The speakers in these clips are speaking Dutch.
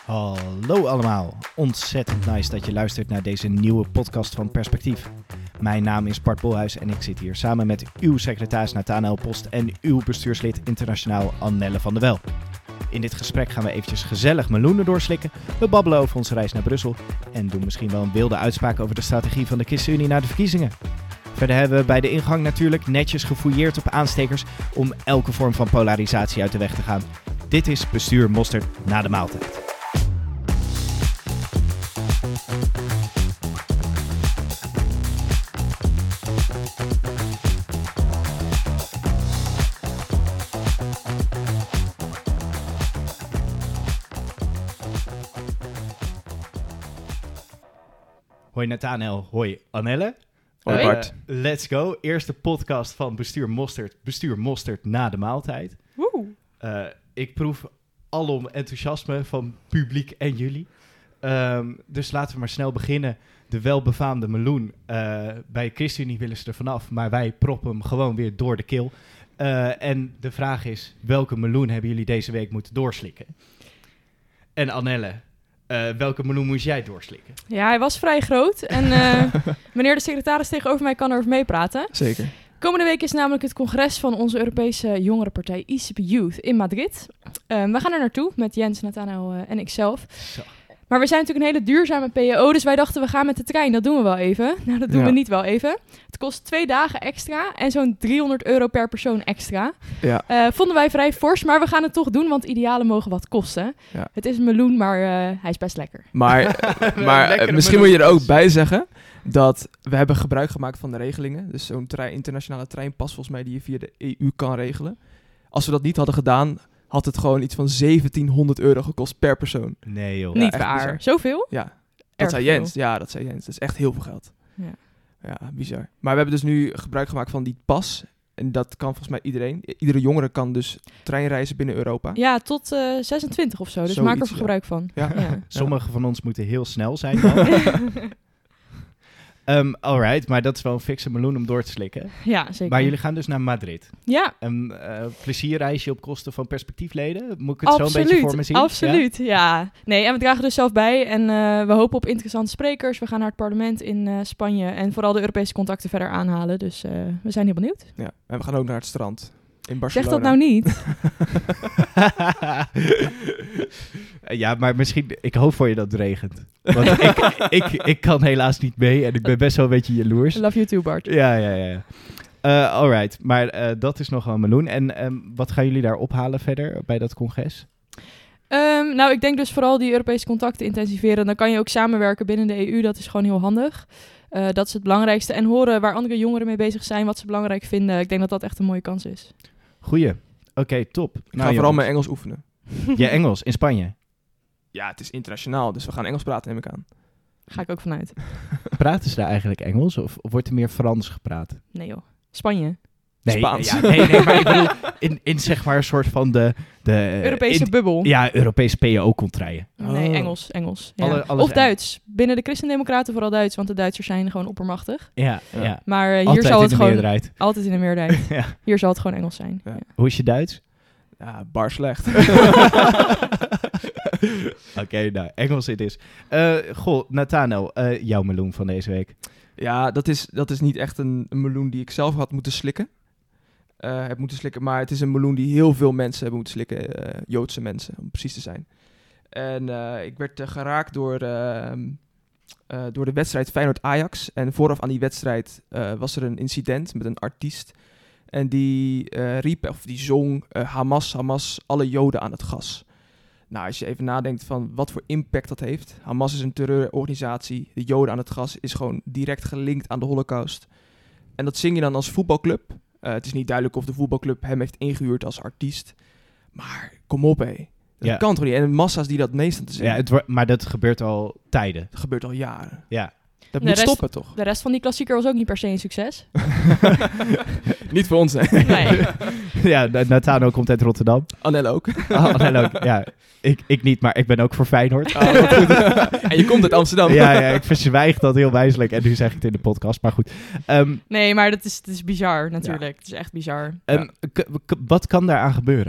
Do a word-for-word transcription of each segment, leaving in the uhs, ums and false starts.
Hallo allemaal, ontzettend nice dat je luistert naar deze nieuwe podcast van Perspectief. Mijn naam is Bart Bolhuis en ik zit hier samen met uw secretaris Nathanael Post en uw bestuurslid internationaal Annelle van der Wel. In dit gesprek gaan we eventjes gezellig meloenen doorslikken, we babbelen over onze reis naar Brussel en doen misschien wel een wilde uitspraak over de strategie van de ChristenUnie na de verkiezingen. Verder hebben we bij de ingang natuurlijk netjes gefouilleerd op aanstekers om elke vorm van polarisatie uit de weg te gaan. Dit is Bestuur Mosterd na de maaltijd. Hoi Nathanael, hoi Annelle. Hoi Bart. Uh, let's go. Eerste podcast van Bestuur Mosterd, Bestuur Mosterd na de maaltijd. Woe. Uh, ik proef alom enthousiasme van publiek en jullie. Um, dus laten we maar snel beginnen. De welbefaamde meloen. Uh, bij ChristenUnie willen ze er vanaf, maar wij proppen hem gewoon weer door de keel. Uh, en de vraag is, welke meloen hebben jullie deze week moeten doorslikken? En Annelle, uh, welke meloen moest jij doorslikken? Ja, hij was vrij groot. En uh, meneer de secretaris tegenover mij kan erover meepraten. Zeker. Komende week is namelijk het congres van onze Europese jongerenpartij I C P Youth in Madrid. Uh, we gaan er naartoe met Jens, Nathanael uh, en ikzelf. Zo. Maar we zijn natuurlijk een hele duurzame P O, dus wij dachten we gaan met de trein. Dat doen we wel even. Nou, dat doen Ja. we niet wel even. Het kost twee dagen extra en zo'n driehonderd euro per persoon extra. Ja. Uh, vonden wij vrij fors, maar we gaan het toch doen, want idealen mogen wat kosten. Ja. Het is een meloen, maar uh, hij is best lekker. Maar, maar Lekkere uh, misschien meloen. moet je er ook bij zeggen dat we hebben gebruik gemaakt van de regelingen. Dus zo'n trein, internationale treinpas volgens mij die je via de E U kan regelen. Als we dat niet hadden gedaan, had het gewoon iets van zeventienhonderd euro gekost per persoon. Nee joh. Ja, niet echt waar. bizar. Zoveel? Ja, dat Erg zei veel. Jens. Ja, dat zei Jens. Dat is echt heel veel geld. Ja. Ja, bizar. Maar we hebben dus nu gebruik gemaakt van die pas. En dat kan volgens mij iedereen. I- Iedere jongere kan dus treinreizen binnen Europa. Ja, tot uh, zesentwintig of zo. Dus Zoiets, maak er ja. gebruik van. Ja. Ja. Sommigen van ons moeten heel snel zijn dan. um, alright, maar dat is wel een fikse meloen om door te slikken. Ja, zeker. Maar jullie gaan dus naar Madrid. Ja, Een uh, plezierreisje op kosten van perspectiefleden? Moet ik het zo een absoluut. beetje voor me zien? Absoluut, ja? ja. Nee, en we dragen dus zelf bij. En uh, we hopen op interessante sprekers. We gaan naar het parlement in uh, Spanje. En vooral de Europese contacten verder aanhalen. Dus uh, we zijn heel benieuwd. Ja. En we gaan ook naar het strand in Zeg Barcelona. dat nou niet. Ja, maar misschien... Ik hoop voor je dat het regent. Want ik, ik, ik kan helaas niet mee en ik ben best wel een beetje jaloers. Love you too, Bart. Ja, ja, ja. Uh, alright, maar uh, dat is nog wel een meloen. En um, wat gaan jullie daar ophalen verder bij dat congres? Um, nou, ik denk dus vooral die Europese contacten intensiveren. Dan kan je ook samenwerken binnen de E U. Dat is gewoon heel handig. Uh, dat is het belangrijkste. En horen waar andere jongeren mee bezig zijn, wat ze belangrijk vinden. Ik denk dat dat echt een mooie kans is. Goeie. Oké, okay, top. Ik ga Nou, vooral jongens. mijn Engels oefenen. Ja, Engels, in Spanje. Ja, het is internationaal, dus we gaan Engels praten, neem ik aan. Ga ik ook vanuit. Praten ze daar eigenlijk Engels of, of wordt er meer Frans gepraat? Nee joh. Spanje. Nee, Spaans. Ja, nee, nee, maar ik bedoel, in, in zeg maar een soort van de... de Europese in, bubbel. Ja, Europese P O-contraien. Nee, Oh. Engels. Engels. Ja. Alle- alles of Eng- Duits. Binnen de Christendemocraten vooral Duits, want de Duitsers zijn gewoon oppermachtig. Ja, ja. Ja. Maar uh, hier Altijd zal in het de gewoon meerderheid. altijd in de meerderheid. Ja. Hier zal het gewoon Engels zijn. Ja. Ja. Hoe is je Duits? Ja, bar slecht. Oké, okay, nou, Engels het is. Uh, goh, Nathanael, uh, jouw meloen van deze week. Ja, dat is, dat is niet echt een, een meloen die ik zelf had moeten slikken. Uh, heb moeten slikken, maar het is een meloen die heel veel mensen hebben moeten slikken. Uh, Joodse mensen, om precies te zijn. En uh, ik werd uh, geraakt door, uh, uh, door de wedstrijd Feyenoord-Ajax. En vooraf aan die wedstrijd uh, was er een incident met een artiest. En die uh, riep, of die zong, uh, Hamas, Hamas, alle Joden aan het gas. Nou, als je even nadenkt van wat voor impact dat heeft. Hamas is een terreurorganisatie. De Joden aan het gas is gewoon direct gelinkt aan de Holocaust. En dat zing je dan als voetbalclub. Uh, het is niet duidelijk of de voetbalclub hem heeft ingehuurd als artiest. Maar kom op, hé. Dat Ja. kan toch niet? En massa's die dat meestal te zingen. Ja, het, wo- maar dat gebeurt al tijden. Dat gebeurt al jaren. Ja. Dat De moet rest- stoppen, toch? De rest van die klassieker was ook niet per se een succes. Niet voor ons, hè? Nee. Ja, Na- Nathanael komt uit Rotterdam. Annelle ook. Oh, Annelle ook. Ja, ik, ik niet, maar ik ben ook voor Feyenoord. Oh, wat goed. En je komt uit Amsterdam. Ja, ja, ik verzwijg dat heel wijselijk. En nu zeg ik het in de podcast, maar goed. Um, Nee, maar dat is, het is bizar natuurlijk. Het is echt bizar. um, k- k- wat kan daaraan gebeuren?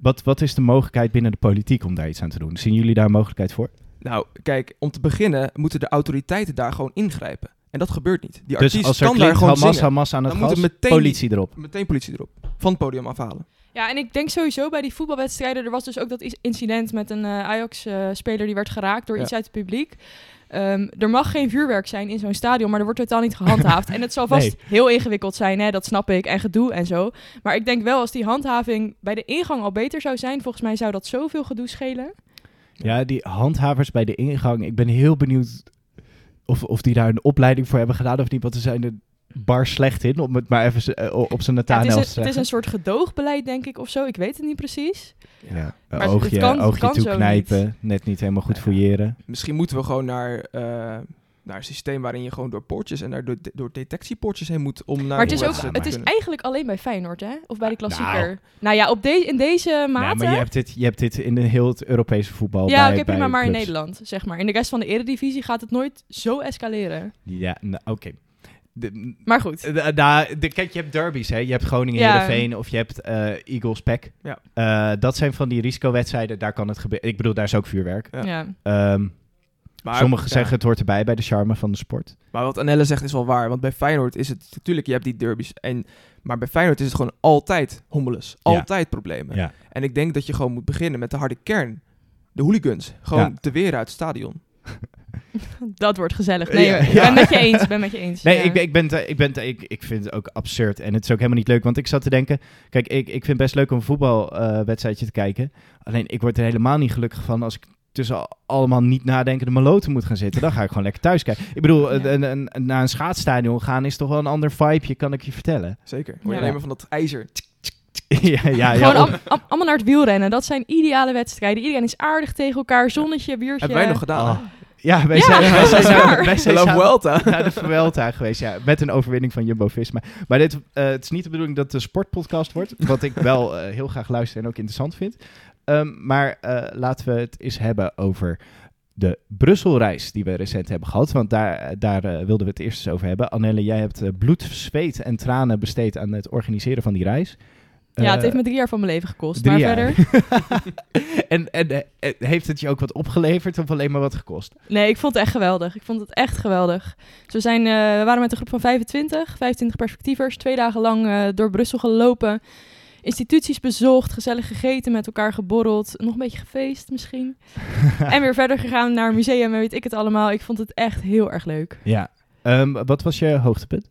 wat, wat is de mogelijkheid binnen de politiek om daar iets aan te doen? Zien jullie daar een mogelijkheid voor? Nou, kijk, om te beginnen moeten de autoriteiten daar gewoon ingrijpen. En dat gebeurt niet. Die Dus artiest als er kan daar klinkt gewoon Hamas, zingen. Hamas aan het Dan moet gas, het meteen politie erop. Meteen politie erop. Van het podium afhalen. Ja, en ik denk sowieso bij die voetbalwedstrijden... er was dus ook dat is- incident met een uh, Ajax-speler... die werd geraakt door Ja. iets uit het publiek. Um, er mag geen vuurwerk zijn in zo'n stadion... maar er wordt totaal niet gehandhaafd. En het zal vast Nee. heel ingewikkeld zijn, hè, dat snap ik. En gedoe en zo. Maar ik denk wel, als die handhaving bij de ingang al beter zou zijn... volgens mij zou dat zoveel gedoe schelen. Ja, die handhavers bij de ingang. Ik ben heel benieuwd of, of die daar een opleiding voor hebben gedaan of niet. Want ze zijn er bar slecht in, om het maar even uh, op zijn Ja, Nathanael het, te is een, zeggen. het is een soort gedoogbeleid, denk ik, of zo. Ik weet het niet precies. Ja, Maar het oogje, kan- het oogje kan zo toeknijpen, net niet helemaal goed Ja. fouilleren. Misschien moeten we gewoon naar, uh, naar een systeem waarin je gewoon door poortjes en daar door, door detectiepoortjes heen moet om naar Maar het is, ook, wedstrijden het te is kunnen. eigenlijk alleen bij Feyenoord, hè? Of bij de klassieker. Nou. Nou, nou ja, op de, in deze mate... Ja, maar je hebt dit, je hebt dit in de heel het Europese voetbal. Ja, bij, oké, prima, bij maar in clubs. Nederland, zeg maar. In de rest van de eredivisie gaat het nooit zo escaleren. Ja, nou, oké. De- Maar goed. Eh, nou, de, kijk, je hebt derbies, hè. Je hebt Groningen, Ja. Heerenveen of je hebt eh Eagles, P E C. Ja. Eh, dat zijn van die risicowedstrijden, daar kan het gebeuren. Ik bedoel, daar is ook vuurwerk. Ja. Ja. Ehm, Maar, Sommigen ja. zeggen het hoort erbij bij de charme van de sport. Maar wat Annelle zegt is wel waar. Want bij Feyenoord is het... Natuurlijk, je hebt die derbies. En, maar bij Feyenoord is het gewoon altijd hommeles. Ja. Altijd problemen. Ja. En ik denk dat je gewoon moet beginnen met de harde kern. De hooligans. Gewoon Ja. te weren uit het stadion. Dat wordt gezellig. Nee, Ja, hoor, ik ja. ben met je eens. Ik ben met je eens. Nee, ja. ik, ben- ik, ben, te- ik, ben te- ik, ik vind het ook absurd. En het is ook helemaal niet leuk. Want ik zat te denken... Kijk, ik, ik vind het best leuk om een voetbalwedstrijdje te kijken. Alleen, ik word er helemaal niet gelukkig van als ik tussen al- allemaal niet nadenkende maloten moet gaan zitten. Dan ga ik gewoon lekker thuis kijken. Ik bedoel, Ja. een, een, een- naar een schaatsstadion gaan is toch wel een ander vibeje, kan ik je vertellen. Zeker. Hoor je Ja. alleen maar van dat ijzer. ja, ja, Gewoon ja. am- am- allemaal naar het wielrennen. Dat zijn ideale wedstrijden. Iedereen is aardig tegen elkaar. Zonnetje, biertje. Hebben wij nog gedaan. Oh. Ja, wij Ja, zijn, wij dat zijn, is naar- waar. wij zijn La samen Vuelta. naar de Vuelta geweest, ja. Met een overwinning van Jumbo-Visma. Maar dit, eh, het is niet de bedoeling dat het een sportpodcast wordt. Wat ik wel eh, heel graag luister en ook interessant vind. Um, maar uh, laten we het eens hebben over de Brusselreis die we recent hebben gehad. Want daar, daar uh, wilden we het eerst eens over hebben. Annelle, jij hebt uh, bloed, zweet en tranen besteed aan het organiseren van die reis. Ja, het Uh, heeft me drie jaar van mijn leven gekost. drie Maar jaar. verder... en en uh, heeft het je ook wat opgeleverd of alleen maar wat gekost? Nee, ik vond het echt geweldig. Ik vond het echt geweldig. Dus we, zijn, uh, we waren met een groep van vijfentwintig, vijfentwintig perspectievers. Twee dagen lang uh, door Brussel gelopen. Instituties bezocht, gezellig gegeten, met elkaar geborreld. Nog een beetje gefeest misschien. En weer verder gegaan naar een museum en weet ik het allemaal. Ik vond het echt heel erg leuk. Ja. Um, wat was je hoogtepunt?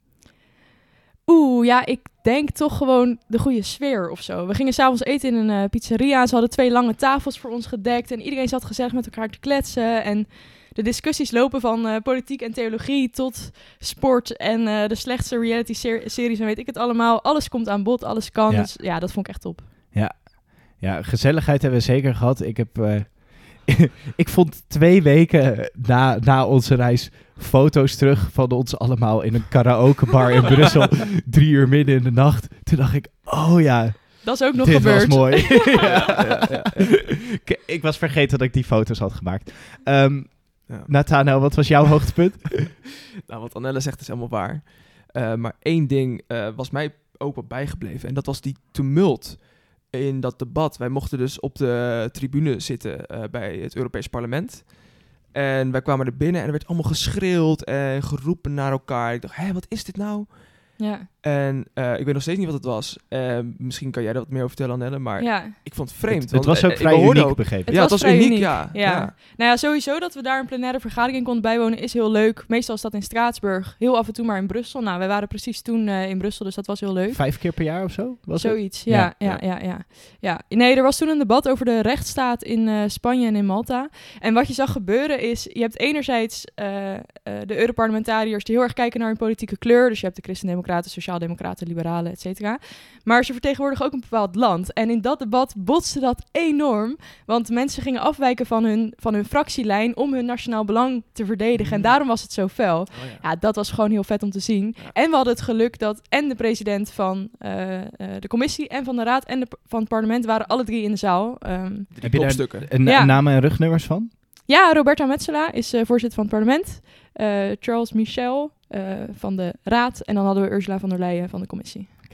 Oeh, ja, ik denk toch gewoon de goede sfeer of zo. We gingen s'avonds eten in een uh, pizzeria. Ze hadden twee lange tafels voor ons gedekt. En iedereen zat gezellig met elkaar te kletsen. En de discussies lopen van uh, politiek en theologie tot sport en uh, de slechtste reality-series en weet ik het allemaal. Alles komt aan bod, alles kan. Ja. Dus ja, dat vond ik echt top. Ja, ja, gezelligheid hebben we zeker gehad. Ik heb... Uh, ik vond twee weken na, na onze reis foto's terug van ons allemaal in een karaokebar in Brussel. Drie uur midden in de nacht. Toen dacht ik, oh ja, Dat is ook nog dit gebeurd. was mooi. ja, ja, ja. Ik, ik was vergeten dat ik die foto's had gemaakt. Um, Ja. Nathanael, wat was jouw hoogtepunt? Nou, wat Annelle zegt is helemaal waar. Uh, maar één ding uh, was mij ook wat bijgebleven. En dat was die tumult in dat debat. Wij mochten dus op de tribune zitten uh, bij het Europees Parlement. En wij kwamen er binnen en er werd allemaal geschreeuwd en geroepen naar elkaar. Ik dacht, hé, wat is dit nou? Ja. En uh, ik weet nog steeds niet wat het was. Uh, misschien kan jij er wat meer over vertellen, Annelle. Maar ja. ik vond het vreemd. Het, het want, was ook uh, vrij we hoorden uniek, ook- begrepen. Het ja, was het was vrij uniek, uniek, ja. ja. ja. Nou ja, sowieso dat we daar een plenaire vergadering konden bijwonen is heel leuk. Meestal is dat in Straatsburg. Heel af en toe maar in Brussel. Nou, wij waren precies toen uh, in Brussel, dus dat was heel leuk. Vijf keer per jaar of zo? Was het? Zoiets, ja, ja, ja, ja, ja. Nee, er was toen een debat over de rechtsstaat in uh, Spanje en in Malta. En wat je zag gebeuren is, je hebt enerzijds uh, uh, de Europarlementariërs die heel erg kijken naar hun politieke kleur. Dus je hebt de Christendemocraten, Sociaaldemocraten, Liberalen, et cetera. Maar ze vertegenwoordigen ook een bepaald land. En in dat debat botste dat enorm. Want mensen gingen afwijken van hun, van hun fractielijn om hun nationaal belang te verdedigen. En daarom was het zo fel. Oh, ja. Ja, dat was gewoon heel vet om te zien. Ja. En we hadden het geluk dat en de president van uh, uh, de commissie en van de raad en de, van het parlement waren alle drie in de zaal. Um, Drie Heb je daar kopstukken. een, Ja. een namen en rugnummers van? ja, Roberta Metsola is uh, voorzitter van het parlement. Uh, Charles Michel uh, van de raad. En dan hadden we Ursula von der Leyen van de commissie. Oké,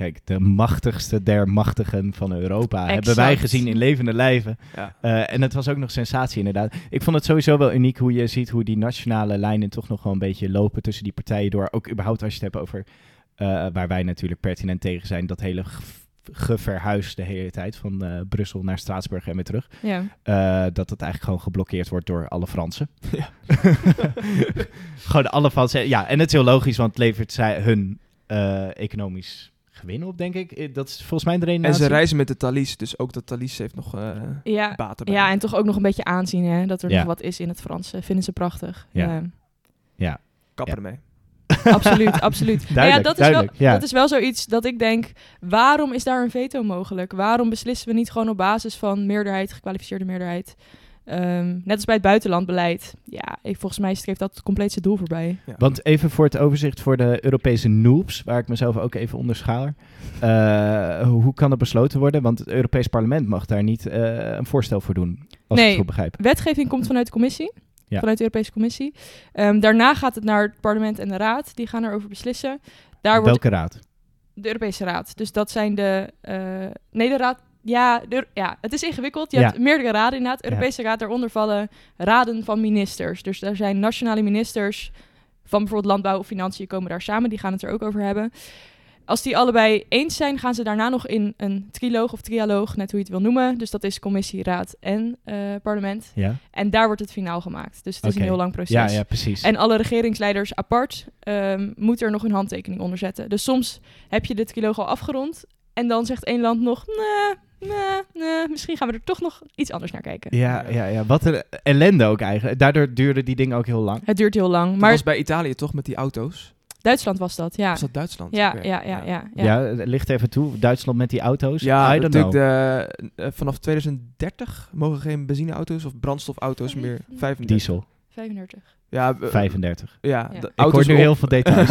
Kijk, de machtigste der machtigen van Europa Exact. hebben wij gezien in levende lijven. Ja. Uh, en het was ook nog sensatie inderdaad. Ik vond het sowieso wel uniek hoe je ziet hoe die nationale lijnen toch nog wel een beetje lopen tussen die partijen door. Ook überhaupt als je het hebt over, uh, waar wij natuurlijk pertinent tegen zijn, dat hele ge- geverhuis de hele tijd van uh, Brussel naar Straatsburg en weer terug. Ja. Uh, dat het eigenlijk gewoon geblokkeerd wordt door alle Fransen. Ja. Gewoon alle Fransen. Ja, en het is heel logisch, want het levert zij hun uh, economisch gewin op, denk ik. Dat is volgens mij de reden. En ze reizen met de Thalys, dus ook dat Thalys heeft nog uh, Ja. baten bij. Ja, en toch ook nog een beetje aanzien, hè, dat er Ja. nog wat is in het Frans. Uh, vinden ze prachtig. Ja. Ja. Ja. Kappen Ja. ermee. Absoluut, absoluut. Duidelijk, ja, dat, is duidelijk, wel, ja. dat is wel zoiets dat ik denk, waarom is daar een veto mogelijk? Waarom beslissen we niet gewoon op basis van meerderheid, gekwalificeerde meerderheid? Um, net als bij het buitenlandbeleid. Ja, ik, volgens mij streeft dat compleet zijn doel voorbij. Ja. Want even voor het overzicht voor de Europese noobs, waar ik mezelf ook even onder schaler. Uh, hoe kan dat besloten worden? Want het Europees Parlement mag daar niet uh, een voorstel voor doen, als Nee. ik het goed begrijp. Wetgeving komt vanuit de commissie. Ja. Vanuit de Europese Commissie. Um, daarna gaat het naar het parlement en de raad. Die gaan erover beslissen. Daar wordt Welke raad? de Europese Raad. Dus dat zijn de... Uh, nee, de raad... Ja, de, ja, het is ingewikkeld. Je Ja. hebt meerdere raden inderdaad. De Europese Raad, daaronder vallen raden van ministers. Dus daar zijn nationale ministers van bijvoorbeeld landbouw of financiën komen daar samen. Die gaan het er ook over hebben. Als die allebei eens zijn, gaan ze daarna nog in een triloog of trialoog, net hoe je het wil noemen. Dus dat is commissie, raad en uh, parlement. Ja. En daar wordt het finaal gemaakt. Dus het is Oké. een heel lang proces. Ja, ja, precies. En alle regeringsleiders apart um, moeten er nog hun handtekening onder zetten. Dus soms heb je de triloog al afgerond en dan zegt één land nog, nee, nee, nee, misschien gaan we er toch nog iets anders naar kijken. Ja, ja, ja. Wat een ellende ook eigenlijk. Daardoor duurden die dingen ook heel lang. Het duurt heel lang. Dat Maar was bij Italië toch met die auto's? Duitsland was dat, ja. Was dat Duitsland? Ja, Oké. ja, ja, ja, ja. Ja, ja licht even toe. Duitsland met die auto's. Ja, I don't natuurlijk know. de, uh, vanaf twintig dertig mogen geen benzineauto's of brandstofauto's meer vijfendertig. Diesel, vijfendertig. Ja, uh, vijfendertig. ja, Ja. de Ik hoor auto's nu op, heel veel details.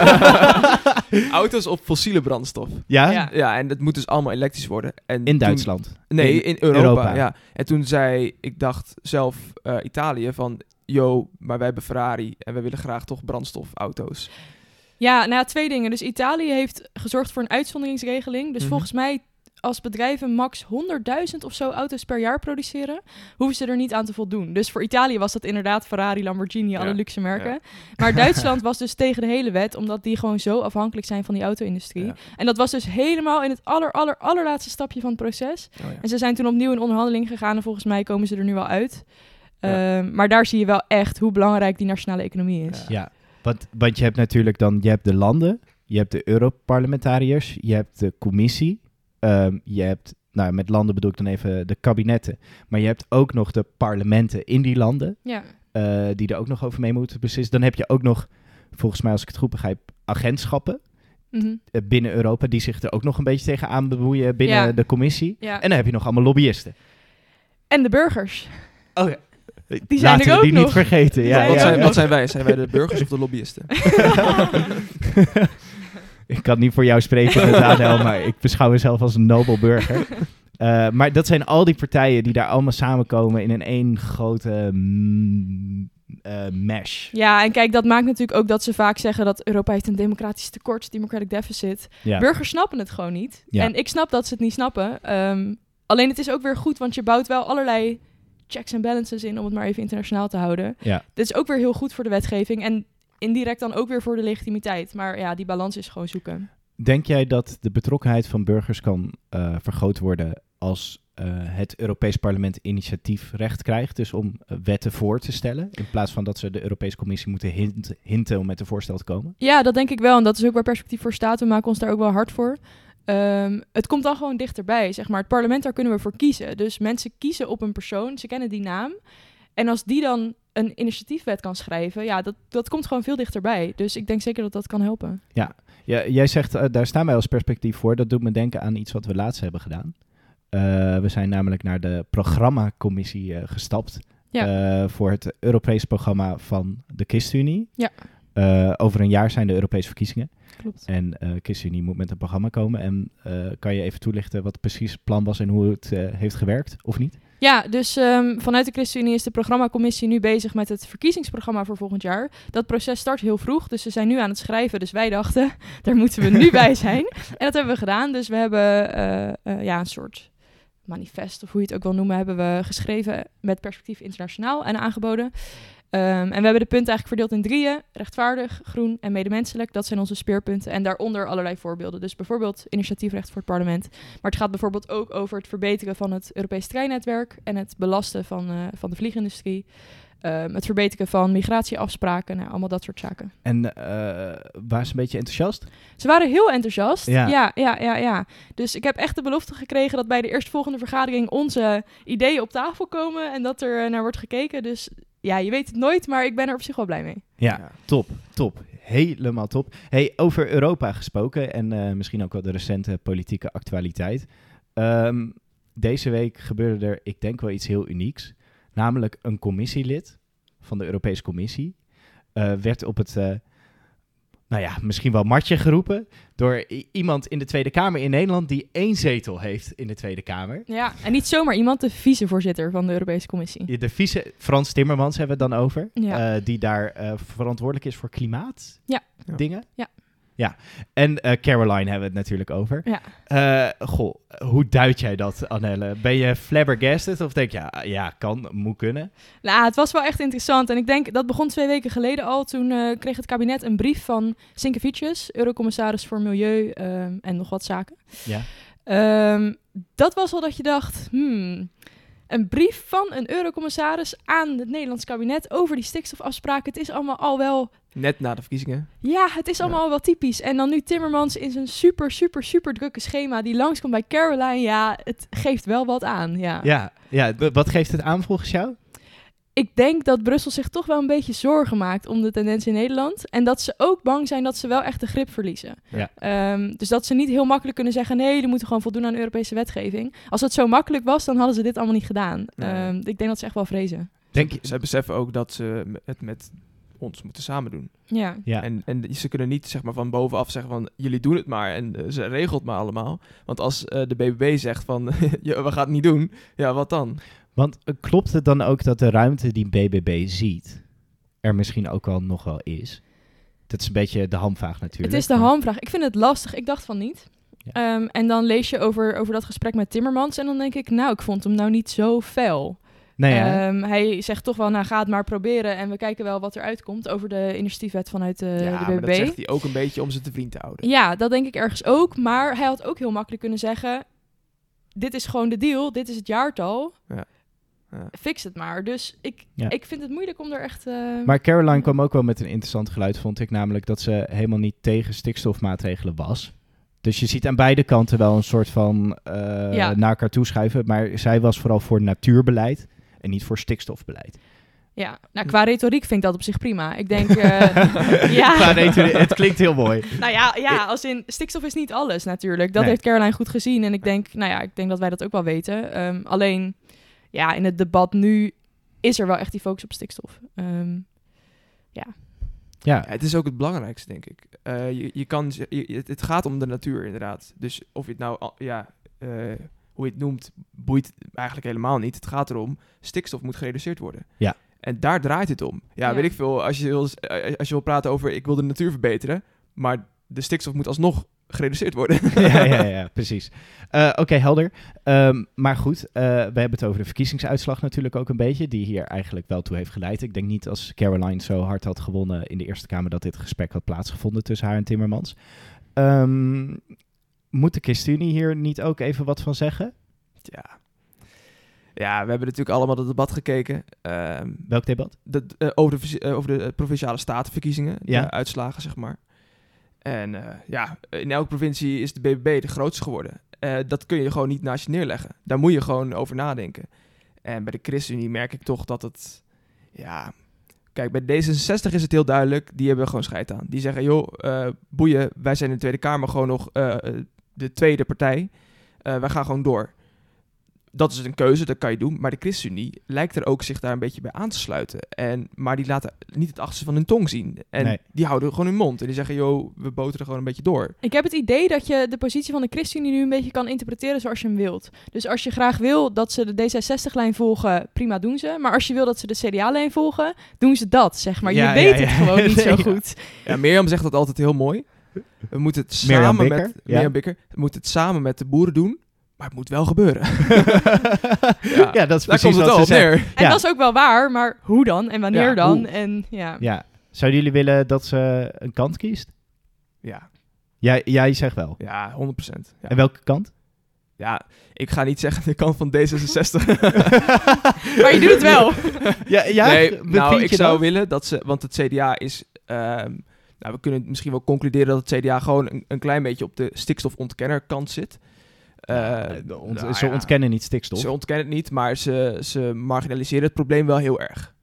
auto's op fossiele brandstof. Ja? Ja. Ja, en dat moet dus allemaal elektrisch worden. En In toen- Duitsland? Nee, In in, Europa, Europa. Ja. En toen zei, ik dacht zelf uh, Italië van, yo, maar wij hebben Ferrari en wij willen graag toch brandstofauto's. Ja, nou ja, twee dingen. Dus Italië heeft gezorgd voor een uitzonderingsregeling. Dus Mhm. volgens mij, als bedrijven max honderdduizend of zo auto's per jaar produceren, hoeven ze er niet aan te voldoen. Dus voor Italië was dat inderdaad Ferrari, Lamborghini, alle Ja, luxe merken. ja. Maar Duitsland was dus tegen de hele wet, omdat die gewoon zo afhankelijk zijn van die auto-industrie. Ja. En dat was dus helemaal in het aller, aller, allerlaatste stapje van het proces. Oh, ja. En ze zijn toen opnieuw in onderhandeling gegaan en volgens mij komen ze er nu wel uit. Ja. Um, maar daar zie je wel echt hoe belangrijk die nationale economie is. Ja. Ja, want, want je hebt natuurlijk dan, je hebt de landen, je hebt de Europarlementariërs, je hebt de commissie, um, je hebt, nou met landen bedoel ik dan even de kabinetten, maar je hebt ook nog de parlementen in die landen, Ja. uh, die er ook nog over mee moeten beslissen. Dan heb je ook nog, volgens mij als ik het goed begrijp, agentschappen Mhm. uh, binnen Europa, die zich er ook nog een beetje tegenaan bemoeien binnen Ja. de commissie. Ja. En dan heb je nog allemaal lobbyisten. En de burgers. Oh ja. Die zijn Laten er we ook die nog. niet vergeten. Ja, zijn Wat, er ja. zijn, wat zijn wij? Zijn wij de burgers of de lobbyisten? Ik kan niet voor jou spreken met A N L, maar ik beschouw mezelf als een nobel burger. Uh, maar dat zijn al die partijen die daar allemaal samenkomen in een één grote mm, uh, mesh. Ja, en kijk, dat maakt natuurlijk ook dat ze vaak zeggen dat Europa heeft een democratisch tekort, democratic deficit. Ja. Burgers snappen het gewoon niet. Ja. En ik snap dat ze het niet snappen. Um, alleen het is ook weer goed, want je bouwt wel allerlei checks en balances in, om het maar even internationaal te houden. Ja. Dit is ook weer heel goed voor de wetgeving en indirect dan ook weer voor de legitimiteit. Maar ja, die balans is gewoon zoeken. Denk jij dat de betrokkenheid van burgers kan uh, vergroot worden als uh, het Europees Parlement initiatiefrecht krijgt, dus om uh, wetten voor te stellen, in plaats van dat ze de Europese Commissie moeten hint, hinten om met een voorstel te komen? Ja, dat denk ik wel. En dat is ook waar Perspectief voor staat. We maken ons daar ook wel hard voor. Um, het komt dan gewoon dichterbij, zeg maar. Het parlement, daar kunnen we voor kiezen. Dus mensen kiezen op een persoon, ze kennen die naam. En als die dan een initiatiefwet kan schrijven, ja, dat, dat komt gewoon veel dichterbij. Dus ik denk zeker dat dat kan helpen. Ja, ja jij zegt, uh, daar staan wij als perspectief voor. Dat doet me denken aan iets wat we laatst hebben gedaan. Uh, we zijn namelijk naar de programmacommissie uh, gestapt. Ja. Uh, voor het Europees programma van de ChristenUnie. Ja. Uh, over een jaar zijn de Europese verkiezingen. Klopt. En uh, ChristenUnie moet met een programma komen. En uh, kan je even toelichten wat precies het plan was en hoe het uh, heeft gewerkt, of niet? Ja, dus um, vanuit de ChristenUnie is de programmacommissie nu bezig met het verkiezingsprogramma voor volgend jaar. Dat proces start heel vroeg, dus ze zijn nu aan het schrijven. Dus wij dachten, daar moeten we nu bij zijn. En dat hebben we gedaan. Dus we hebben uh, uh, ja, een soort manifest, of hoe je het ook wil noemen, hebben we geschreven met Perspectief Internationaal en aangeboden. Um, en we hebben de punten eigenlijk verdeeld in drieën. Rechtvaardig, groen en medemenselijk. Dat zijn onze speerpunten. En daaronder allerlei voorbeelden. Dus bijvoorbeeld initiatiefrecht voor het parlement. Maar het gaat bijvoorbeeld ook over het verbeteren van het Europees treinnetwerk en het belasten van, uh, van de vliegindustrie. Um, het verbeteren van migratieafspraken. Nou, allemaal dat soort zaken. En uh, waren ze een beetje enthousiast? Ze waren heel enthousiast. Ja. Ja, ja, ja, ja. Dus ik heb echt de belofte gekregen dat bij de eerstvolgende vergadering onze ideeën op tafel komen en dat er uh, naar wordt gekeken. Dus ja, je weet het nooit, maar ik ben er op zich wel blij mee. Ja, ja. top, top. Helemaal top. Hey, over Europa gesproken en uh, misschien ook wel de recente politieke actualiteit. Um, deze week gebeurde er, ik denk wel iets heel unieks. Namelijk een commissielid van de Europese Commissie uh, werd op het, uh, nou ja, misschien wel matje geroepen door i- iemand in de Tweede Kamer in Nederland die één zetel heeft in de Tweede Kamer. Ja, en niet zomaar iemand, de vicevoorzitter van de Europese Commissie. De vice, Frans Timmermans hebben we het dan over, Ja. uh, die daar uh, verantwoordelijk is voor klimaat Ja. dingen. Ja. Ja, en uh, Caroline hebben we het natuurlijk over. Ja. Uh, goh, hoe duid jij dat, Annelle? Ben je flabbergasted of denk je, ja, ja, kan, moet kunnen? Nou, het was wel echt interessant. En ik denk, dat begon twee weken geleden al. Toen uh, kreeg het kabinet een brief van Sinkevicius, Eurocommissaris voor Milieu um, en nog wat zaken. Ja. Um, dat was al dat je dacht, hmm, een brief van een Eurocommissaris aan het Nederlands kabinet over die stikstofafspraken. Het is allemaal al wel... Net na de verkiezingen. Ja, het is allemaal Ja. al wel typisch. En dan nu Timmermans in zijn super, super, super drukke schema die langskomt bij Caroline. Ja, het geeft wel wat aan, ja. Ja, ja, b- wat geeft het aan volgens jou? Ik denk dat Brussel zich toch wel een beetje zorgen maakt om de tendens in Nederland. En dat ze ook bang zijn dat ze wel echt de grip verliezen. Ja. Um, dus dat ze niet heel makkelijk kunnen zeggen, nee, die moeten gewoon voldoen aan Europese wetgeving. Als het zo makkelijk was, dan hadden ze dit allemaal niet gedaan. Nee. Um, ik denk dat ze echt wel vrezen. Denk je? Zij beseffen ook dat ze het met ons moeten samen doen. Ja. Ja. En, en ze kunnen niet zeg maar, van bovenaf zeggen van jullie doen het maar en uh, ze regelt maar allemaal. Want als uh, de B B B zegt van ja, we gaan het niet doen, ja wat dan? Want uh, klopt het dan ook dat de ruimte die B B B ziet er misschien ook wel nog wel is? Dat is een beetje de hamvraag natuurlijk. Het is de maar- hamvraag. Ik vind het lastig. Ik dacht van niet. Ja. Um, en dan lees je over, over dat gesprek met Timmermans en dan denk ik, nou, ik vond hem nou niet zo fel. Nee, hè? Um, hij zegt toch wel, nou ga het maar proberen en we kijken wel wat er uitkomt over de initiatiefwet vanuit uh, ja, de maar B B B. dat zegt hij ook een beetje om ze te vriend te houden. Ja, dat denk ik ergens ook. Maar hij had ook heel makkelijk kunnen zeggen, dit is gewoon de deal, dit is het jaartal. Ja. Ja. Fix het maar. Dus ik, Ja. ik vind het moeilijk om er echt... Uh... Maar Caroline kwam ook wel met een interessant geluid, vond ik. Namelijk dat ze helemaal niet tegen stikstofmaatregelen was. Dus je ziet aan beide kanten wel een soort van uh, Ja. naar elkaar toeschuiven. Maar zij was vooral voor natuurbeleid en niet voor stikstofbeleid. Ja, nou qua retoriek vind ik dat op zich prima. Ik denk, uh, ja. Qua retoriek, het klinkt heel mooi. Nou ja, ja, als in stikstof is niet alles natuurlijk. Dat Nee. heeft Caroline goed gezien. En ik denk, nou ja, ik denk dat wij dat ook wel weten. Um, alleen, ja, in het debat nu is er wel echt die focus op stikstof. Um, ja. Ja, Ja, het is ook het belangrijkste, denk ik. Uh, je, je kan, z- je, het, het gaat om de natuur, inderdaad. Dus of je het nou, al- ja, uh, hoe je het noemt, boeit eigenlijk helemaal niet. Het gaat erom, stikstof moet gereduceerd worden. Ja. En daar draait het om. Ja, Ja. weet ik veel, als je, wil, uh, als je wil praten over, ik wil de natuur verbeteren, maar de stikstof moet alsnog gereduceerd worden. ja, ja, ja, precies. Uh, Oké, okay, helder. Um, maar goed, uh, we hebben het over de verkiezingsuitslag natuurlijk ook een beetje, die hier eigenlijk wel toe heeft geleid. Ik denk niet als Caroline zo hard had gewonnen in de Eerste Kamer dat dit gesprek had plaatsgevonden tussen haar en Timmermans. Um, moet de ChristenUnie hier niet ook even wat van zeggen? Ja. Ja, we hebben natuurlijk allemaal het debat gekeken. Um, Welk debat? de, uh, over, de, uh, over de provinciale statenverkiezingen, Ja. de uitslagen, zeg maar. En uh, ja, in elke provincie is de B B B de grootste geworden. Uh, dat kun je gewoon niet naast je neerleggen. Daar moet je gewoon over nadenken. En bij de ChristenUnie merk ik toch dat het... Ja, kijk, bij D zesenzestig is het heel duidelijk. Die hebben gewoon scheid aan. Die zeggen, joh, uh, boeien, wij zijn in de Tweede Kamer gewoon nog uh, de tweede partij. Uh, wij gaan gewoon door. dat is een keuze, dat kan je doen. Maar de ChristenUnie lijkt er ook zich daar een beetje bij aan te sluiten. En, maar die laten niet het achterste van hun tong zien. En Nee. die houden gewoon hun mond. En die zeggen, joh, we boteren gewoon een beetje door. Ik heb het idee dat je de positie van de ChristenUnie nu een beetje kan interpreteren zoals je hem wilt. Dus als je graag wil dat ze de D zesenzestig-lijn volgen, prima doen ze. Maar als je wil dat ze de C D A-lijn volgen, doen ze dat, zeg maar. Ja, je weet ja, ja. het gewoon niet Nee, zo ja. goed. Ja, Mirjam zegt dat altijd heel mooi. We moeten het Mirjam samen Bikker, met... ja. Mirjam Bikker. We moeten het samen met de boeren doen. Maar het moet wel gebeuren. ja, ja, dat is Daar precies komt het wat wel ze op zeggen. neer. En Ja. dat is ook wel waar, maar hoe dan? En wanneer Ja, dan? hoe? En ja. Ja. Zouden jullie willen dat ze een kant kiest? Ja, Jij, jij zegt wel. ja, honderd procent. Ja. En welke kant? ja, ik ga niet zeggen de kant van D zesenzestig. Maar je doet het wel. Ja, ja nee, bevind nou, je ik zou dat? willen dat ze... Want het C D A is... ehm, nou, we kunnen misschien wel concluderen dat het C D A gewoon een, een klein beetje op de stikstofontkennerkant zit. Eh, Ja, de ont- nou ze ja, ontkennen niet stikstof. Ze ontkennen het niet, maar ze, ze marginaliseren het probleem wel heel erg.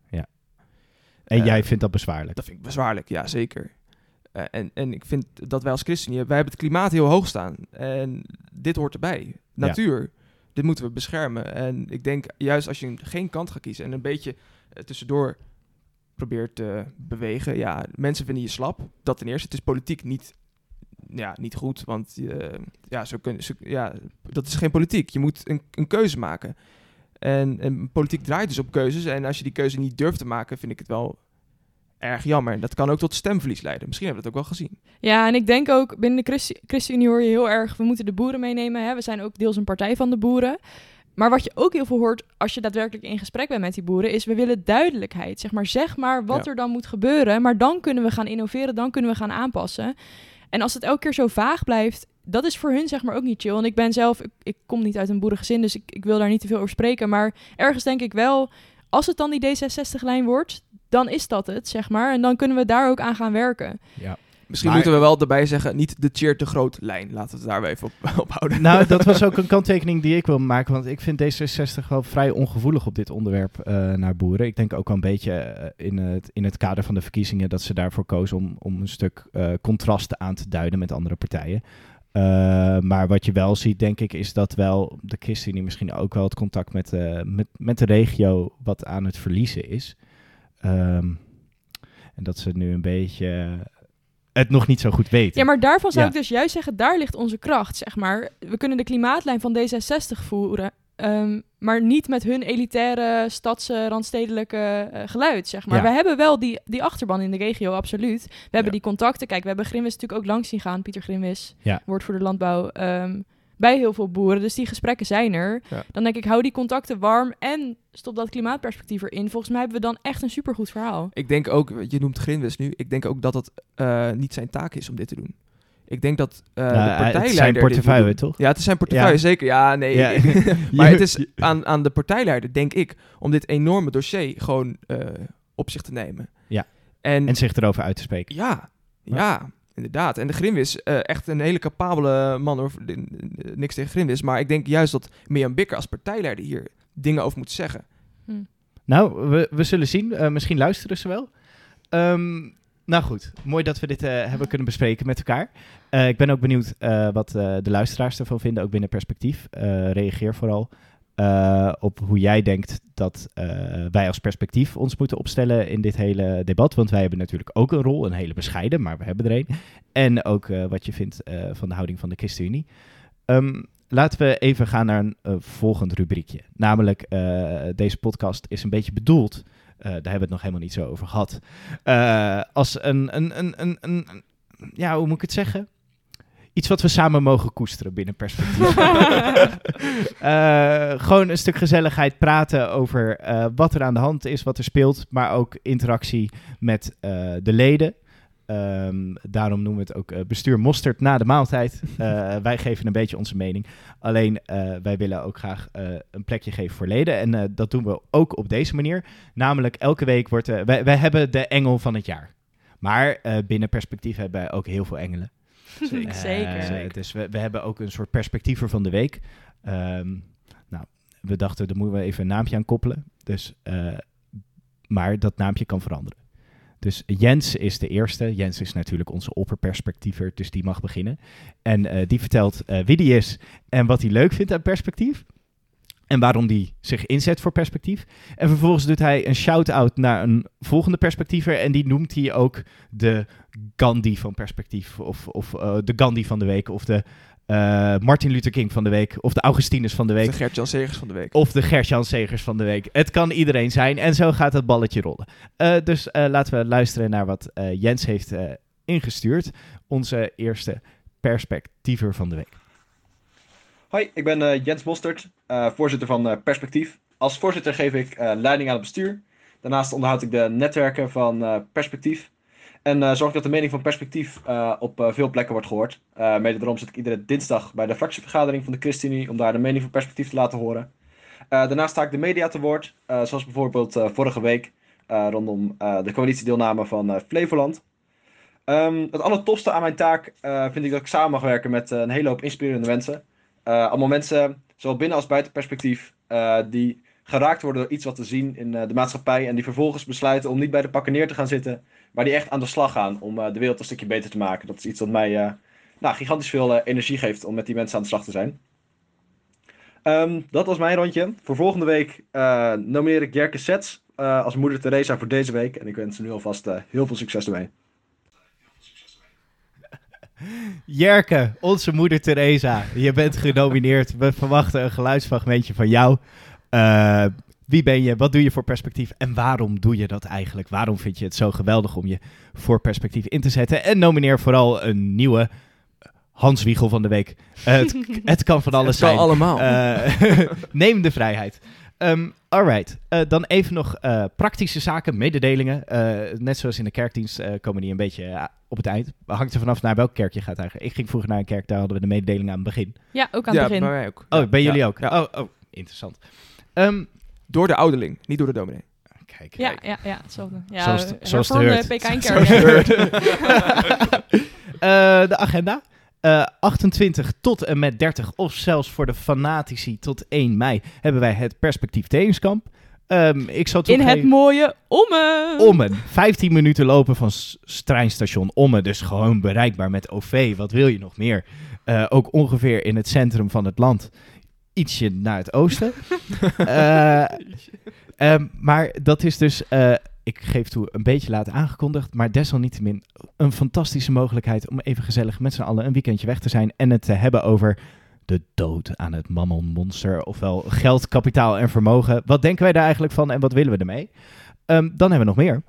En Eh, jij vindt dat bezwaarlijk. Dat vind ik bezwaarlijk, ja, zeker. Uh, en, en ik vind dat wij als ChristenUnie, wij hebben het klimaat heel hoog staan. En dit hoort erbij. Natuur. Dit moeten we beschermen. En ik denk, juist als je geen kant gaat kiezen en een beetje uh, tussendoor probeert te bewegen. Ja, mensen vinden je slap. Dat ten eerste. Het is politiek niet, ja, niet goed. Want uh, ja, zo kun, zo, ja, dat is geen politiek. Je moet een, een keuze maken. En, en politiek draait dus op keuzes. En als je die keuze niet durft te maken, vind ik het wel erg jammer. En dat kan ook tot stemverlies leiden. Misschien hebben we dat ook wel gezien. Ja, en ik denk ook binnen de Christi- ChristenUnie hoor je heel erg, we moeten de boeren meenemen. Hè? We zijn ook deels een partij van de boeren. Maar wat je ook heel veel hoort als je daadwerkelijk in gesprek bent met die boeren, is we willen duidelijkheid. Zeg maar, zeg maar wat Ja. er dan moet gebeuren. Maar dan kunnen we gaan innoveren, dan kunnen we gaan aanpassen. En als het elke keer zo vaag blijft, dat is voor hun zeg maar ook niet chill. En ik ben zelf, ik, ik kom niet uit een boerengezin, dus ik, ik wil daar niet te veel over spreken. Maar ergens denk ik wel, als het dan die D zesenzestig-lijn wordt, dan is dat het, zeg maar. En dan kunnen we daar ook aan gaan werken. Ja. Misschien Maar- moeten we wel erbij zeggen, niet de cheer te groot lijn. Laten we het daar weer even op, op houden. Nou, dat was ook een kanttekening die ik wil maken. Want ik vind D zesenzestig wel vrij ongevoelig op dit onderwerp uh, naar boeren. Ik denk ook wel een beetje uh, in, het, in het kader van de verkiezingen dat ze daarvoor kozen om, om een stuk uh, contrasten aan te duiden met andere partijen. Uh, maar wat je wel ziet, denk ik, is dat wel de ChristenUnie misschien ook wel het contact met, uh, met, met de regio wat aan het verliezen is. Um, en dat ze nu een beetje uh, het nog niet zo goed weten. Ja, maar daarvan zou Ja. ik dus juist zeggen, daar ligt onze kracht, zeg maar. We kunnen de klimaatlijn van D zesenzestig voeren, um, maar niet met hun elitaire, stadse, randstedelijke uh, geluid, zeg maar. Ja. We hebben wel die, die achterban in de regio, absoluut. We hebben Ja. die contacten. Kijk, we hebben Grinwis natuurlijk ook langs zien gaan, Pieter Grinwis, Ja. woordvoerder landbouw, um, bij heel veel boeren. Dus die gesprekken zijn er. Ja. Dan denk ik, hou die contacten warm en stop dat klimaatperspectief erin. Volgens mij hebben we dan echt een supergoed verhaal. Ik denk ook, je noemt Grinwis nu, ik denk ook dat het uh, niet zijn taak is om dit te doen. Ik denk dat uh, Nou, de uh, partijleider... het is zijn dit moet portefeuille, doen. toch? Ja, het is zijn portefeuille, Ja. zeker. Ja, nee. Ja. ik- maar Je- het is aan, aan de partijleider, denk ik, om dit enorme dossier gewoon uh, op zich te nemen. Ja. En, En zich erover uit te spreken. ja, ja, inderdaad. En de Grinwis, uh, echt een hele capabele man, hoor. Niks tegen Grinwis, maar ik denk juist dat Mirjam Bikker als partijleider hier dingen over moet zeggen. Hm. Nou, we, we zullen zien. Uh, misschien luisteren ze wel. Um, nou goed, mooi dat we dit uh, hebben kunnen bespreken met elkaar. Uh, ik ben ook benieuwd uh, wat uh, de luisteraars ervan vinden, ook binnen Perspectief. Uh, reageer vooral uh, op hoe jij denkt dat uh, wij als Perspectief ons moeten opstellen in dit hele debat. Want wij hebben natuurlijk ook een rol, een hele bescheiden, maar we hebben er een. En ook uh, wat je vindt uh, van de houding van de ChristenUnie. Um, Laten we even gaan naar een uh, volgend rubriekje. Namelijk, uh, deze podcast is een beetje bedoeld, uh, daar hebben we het nog helemaal niet zo over gehad, uh, als een, een, een, een, een, ja, hoe moet ik het zeggen? Iets wat we samen mogen koesteren binnen Perspectief. uh, gewoon een stuk gezelligheid, praten over uh, wat er aan de hand is, wat er speelt, maar ook interactie met uh, de leden. Um, daarom noemen we het ook uh, bestuur mosterd na de maaltijd. Uh, wij geven een beetje onze mening. Alleen uh, wij willen ook graag uh, een plekje geven voor leden. En uh, dat doen we ook op deze manier. Namelijk elke week wordt... Uh, wij, wij hebben de engel van het jaar. Maar uh, binnen Perspectief hebben wij ook heel veel engelen. Zeker. Uh, Zeker. Zeker. Dus we, we hebben ook een soort perspectiever van de week. Um, nou, we dachten, daar moeten we even een naampje aan koppelen. Dus, uh, maar dat naampje kan veranderen. Dus Jens is de eerste. Jens is natuurlijk onze opperperspectiever, dus die mag beginnen. En uh, die vertelt uh, wie die is en wat hij leuk vindt aan perspectief. En waarom die zich inzet voor perspectief. En vervolgens doet hij een shout-out naar een volgende perspectiever. En die noemt hij ook de Gandhi van perspectief. Of, of uh, de Gandhi van de week. Of de uh, Martin Luther King van de week. Of de Augustinus van de week. Of de Gert-Jan Segers van de week. Of de Gert-Jan Segers van de week. Het kan iedereen zijn. En zo gaat het balletje rollen. Uh, dus uh, laten we luisteren naar wat uh, Jens heeft uh, ingestuurd. Onze eerste perspectiever van de week. Hoi, ik ben uh, Jens Mostert, uh, voorzitter van uh, Perspectief. Als voorzitter geef ik uh, leiding aan het bestuur. Daarnaast onderhoud ik de netwerken van uh, Perspectief. En uh, zorg ik dat de mening van Perspectief uh, op uh, veel plekken wordt gehoord. Uh, mede daarom zit ik iedere dinsdag bij de fractievergadering van de ChristenUnie om daar de mening van Perspectief te laten horen. Uh, daarnaast sta ik de media te woord, uh, zoals bijvoorbeeld uh, vorige week uh, rondom uh, de coalitiedeelname van uh, Flevoland. Um, het allertofste aan mijn taak uh, vind ik dat ik samen mag werken met uh, een hele hoop inspirerende mensen. Uh, allemaal mensen, zowel binnen als buiten perspectief, uh, die geraakt worden door iets wat te zien in uh, de maatschappij en die vervolgens besluiten om niet bij de pakken neer te gaan zitten, maar die echt aan de slag gaan om uh, de wereld een stukje beter te maken. Dat is iets wat mij uh, nou, gigantisch veel uh, energie geeft om met die mensen aan de slag te zijn. Um, dat was mijn rondje. Voor volgende week uh, nomineer ik Jerke Sets uh, als moeder Teresa voor deze week en ik wens ze nu alvast uh, heel veel succes ermee. Jerke, onze moeder Teresa, je bent genomineerd. We verwachten een geluidsfragmentje van jou. Uh, wie ben je? Wat doe je voor perspectief? En waarom doe je dat eigenlijk? Waarom vind je het zo geweldig om je voor perspectief in te zetten? En nomineer vooral een nieuwe Hans Wiegel van de week. Uh, het, het kan van alles het kan zijn. allemaal. Uh, neem de vrijheid. Um, alright, uh, dan even nog uh, praktische zaken, mededelingen. Uh, net zoals in de kerkdienst uh, komen die een beetje uh, op het eind. Hangt er vanaf naar welk kerk je gaat eigenlijk. Ik ging vroeger naar een kerk, daar hadden we de mededelingen aan het begin. Ja, ook aan ja, het begin. bij mij ook. Oh, bij jullie ja. ook? Ja. Oh, oh, interessant. Um, Door de ouderling, niet door de dominee. kijk, Ja, kijk. ja, ja, hetzelfde. Ja, Zoals het- uh, zoals het hervormde hoort. Pekijnkerk. Zoals het Ja. Uh, de agenda. Uh, achtentwintig tot en met dertig, of zelfs voor de fanatici tot één mei, hebben wij het Perspectief Trainingskamp. Um, ik zal In het toegeven- mooie Ommen. Ommen. vijftien minuten lopen van s- s- treinstation Ommen. Dus gewoon bereikbaar met O V. Wat wil je nog meer? Uh, ook ongeveer in het centrum van het land. Ietsje naar het oosten. uh, um, maar dat is dus, uh, ik geef toe, een beetje laat aangekondigd. Maar desalniettemin een fantastische mogelijkheid om even gezellig met z'n allen een weekendje weg te zijn. En het te hebben over de dood aan het mammonmonster. Ofwel geld, kapitaal en vermogen. Wat denken wij daar eigenlijk van en wat willen we ermee? Um, dan hebben we nog meer.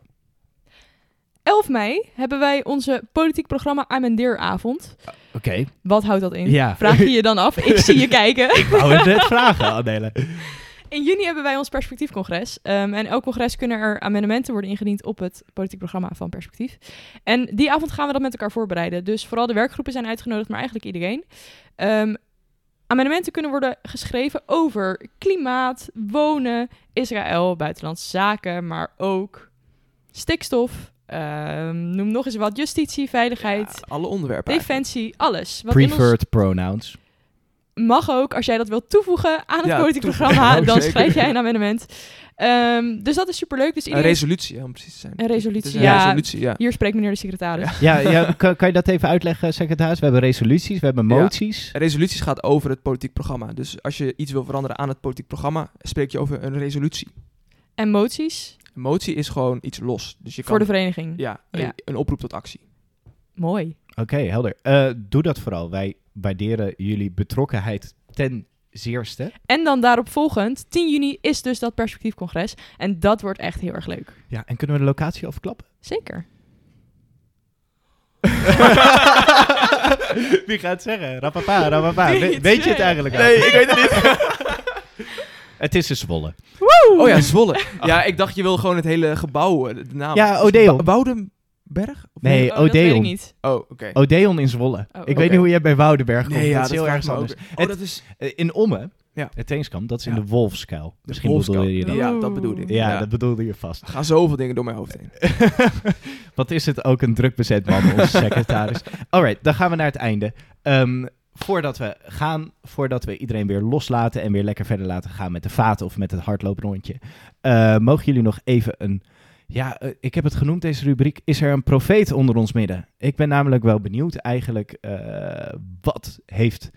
elf mei hebben wij onze politiek programma Amendeeravond. Oké. Okay. Wat houdt dat in? Ja. Vraag je je dan af? Ik zie je kijken. Ik wou het net vragen, Adele. In juni hebben wij ons Perspectiefcongres. Um, en elk congres kunnen er amendementen worden ingediend op het politiek programma van Perspectief. En die avond gaan we dat met elkaar voorbereiden. Dus vooral de werkgroepen zijn uitgenodigd, maar eigenlijk iedereen. Um, amendementen kunnen worden geschreven over klimaat, wonen, Israël, buitenlandse zaken, maar ook stikstof. Um, noem nog eens wat, justitie, veiligheid, Ja, alle onderwerpen defensie, alles. Wat in ons Preferred pronouns. mag ook, als jij dat wilt toevoegen aan het Ja, politiek toevoegen. programma, Oh, dan zeker. schrijf jij een amendement. Um, dus dat is superleuk. Dus Een iedereen... resolutie, ja, om precies te zijn. Een resolutie, Het is een ja. resolutie, ja. Hier spreekt meneer de secretaris. Ja, ja kan, kan je dat even uitleggen, secretaris? We hebben resoluties, we hebben Ja. moties. Resoluties gaat over het politiek programma. Dus als je iets wil veranderen aan het politiek programma, spreek je over een resolutie. En moties Een motie is gewoon iets los. Dus je kan, voor de vereniging. ja, Ja. Een, een oproep tot actie. Mooi. Oké, okay, helder. Uh, doe dat vooral. Wij waarderen jullie betrokkenheid ten zeerste. En dan daarop volgend, tien juni is dus dat perspectiefcongres. En dat wordt echt heel erg leuk. Ja, en kunnen we de locatie overklappen? Zeker. Wie gaat het zeggen? Rapapa, rapapa. Wie We- het weet je het zeggen? eigenlijk al? Nee, ik weet het niet. Het is een Zwolle. Oh ja, Zwolle. Ja, ik dacht je wil gewoon het hele gebouw, eh, de naam. Ja, Odeon. Ba- Woudenberg? Of Nee, Oh, dat weet ik Odeon. niet. Oh, oké. Odeon in Zwolle. Oh, ik oké. weet niet hoe jij bij Woudenberg komt. Nee, ja, dat is heel vraag erg ik me anders. ook. Oh, Het- dat is Uh, in Ommen, Ja. het trainingskamp, dat is in Ja. de Wolfskuil. Misschien Wolfskuil. bedoelde je dat. Ja, dat bedoelde ik. Ja, Ja. dat bedoelde je vast. Er gaan zoveel dingen door mijn hoofd heen. Wat is het ook een druk bezet man, onze secretaris. Alright, dan gaan we naar het einde. Um, voordat we gaan, voordat we iedereen weer loslaten en weer lekker verder laten gaan met de vaten of met het hardlooprondje, uh, mogen jullie nog even een... Ja, uh, ik heb het genoemd, deze rubriek. Is er een profeet onder ons midden? Ik ben namelijk wel benieuwd eigenlijk, uh, wat heeft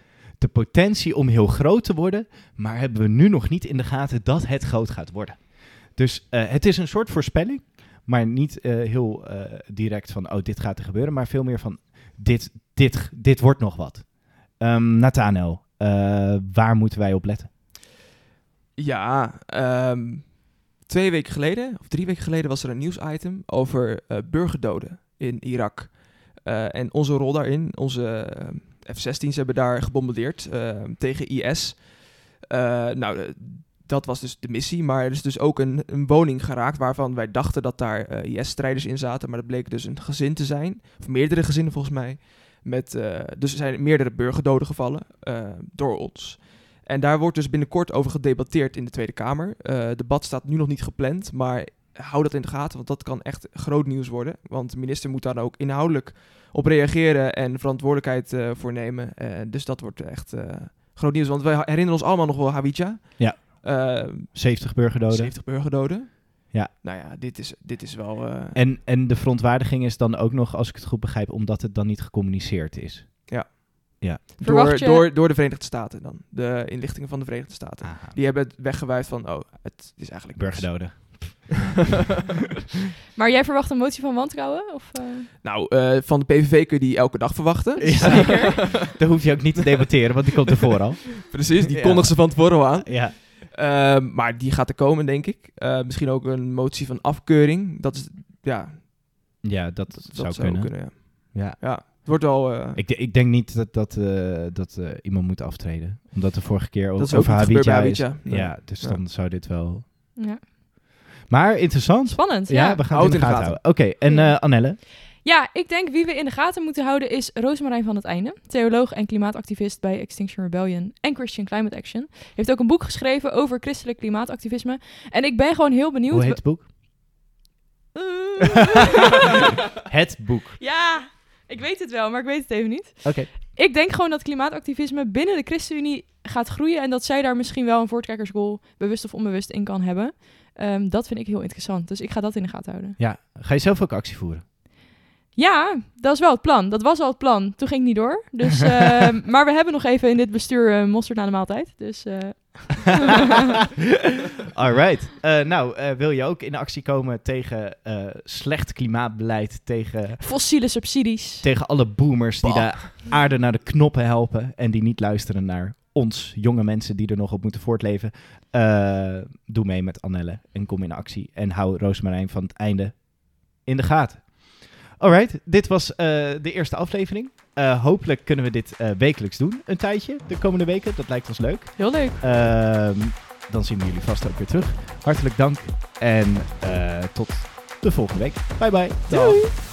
de potentie om heel groot te worden, maar hebben we nu nog niet in de gaten dat het groot gaat worden. Dus uh, het is een soort voorspelling, maar niet uh, heel uh, direct van, oh, dit gaat er gebeuren, maar veel meer van, dit, dit, dit wordt nog wat. Um, Nathanael, uh, waar moeten wij op letten? Ja, um, twee weken geleden, of drie weken geleden, was er een nieuwsitem over uh, burgerdoden in Irak. Uh, en onze rol daarin, onze uh, F zestien's hebben daar gebombardeerd uh, tegen I S. Uh, nou, uh, dat was dus de missie, maar er is dus ook een, een woning geraakt waarvan wij dachten dat daar uh, I S-strijders in zaten, maar dat bleek dus een gezin te zijn, of meerdere gezinnen volgens mij. Met, uh, dus er zijn meerdere burgerdoden gevallen uh, door ons. En daar wordt dus binnenkort over gedebatteerd in de Tweede Kamer. Uh, het debat staat nu nog niet gepland, maar hou dat in de gaten, want dat kan echt groot nieuws worden. Want de minister moet daar ook inhoudelijk op reageren en verantwoordelijkheid uh, voor nemen. Uh, dus dat wordt echt uh, groot nieuws. Want we herinneren ons allemaal nog wel Hawija. Ja, uh, zeventig burgerdoden. zeventig burgerdoden. Ja. Nou ja, dit is, dit is wel... Uh... En, en de verontwaardiging is dan ook nog, als ik het goed begrijp, omdat het dan niet gecommuniceerd is. Ja. Ja. Door, door, door de Verenigde Staten dan. De inlichtingen van de Verenigde Staten. Aha. Die hebben het weggewuifd van, oh, het is eigenlijk burgerdoden. Maar jij verwacht een motie van wantrouwen? Of, uh... Nou, uh, van de P V V kun je die elke dag verwachten. Ja, zeker. Daar hoef je ook niet te debatteren, want die komt ervoor al. Precies, die Ja. kondigt ze van tevoren al aan. Ja. Uh, maar die gaat er komen, denk ik. Uh, misschien ook een motie van afkeuring. Dat is, ja... Ja, dat, dat zou, zou kunnen. kunnen ja. Ja. ja, het wordt wel... Uh, Ik, ik denk niet dat, dat, uh, dat uh, iemand moet aftreden. Omdat de vorige keer dat is over ook niet gebeurd bij Hawija is. Hawija. Nee. Ja, dus Ja. dan zou dit wel... Ja. Maar interessant. Spannend, Ja, ja. we gaan Houd het in de in de gaten houden. Oké, en uh, Annelle? Ja, ik denk wie we in de gaten moeten houden is Roosmarijn van het Einde. Theoloog en klimaatactivist bij Extinction Rebellion en Christian Climate Action. Heeft ook een boek geschreven over christelijk klimaatactivisme. En ik ben gewoon heel benieuwd... Hoe heet het boek? Uh. Het boek. Ja, ik weet het wel, maar ik weet het even niet. Oké. Okay. Ik denk gewoon dat klimaatactivisme binnen de ChristenUnie gaat groeien en dat zij daar misschien wel een voortrekkersrol, bewust of onbewust, in kan hebben. Um, dat vind ik heel interessant, dus ik ga dat in de gaten houden. Ja, ga je zelf ook actie voeren? Ja, dat is wel het plan. Dat was al het plan. Toen ging het niet door. Dus, uh, maar we hebben nog even in dit bestuur uh, mosterd na de maaltijd. Dus... Uh... Alright. Uh, nou, uh, wil je ook in actie komen tegen uh, slecht klimaatbeleid, tegen... fossiele subsidies. Tegen alle boomers die bah. de aarde naar de knoppen helpen en die niet luisteren naar ons, jonge mensen die er nog op moeten voortleven. Uh, doe mee met Annelle en kom in actie. En hou Roosmarijn van het Einde in de gaten. Alright, dit was uh, de eerste aflevering. Uh, hopelijk kunnen we dit uh, wekelijks doen, een tijdje, de komende weken. Dat lijkt ons leuk. Heel leuk. Uh, dan zien we jullie vast ook weer terug. Hartelijk dank en uh, tot de volgende week. Bye bye. Doei.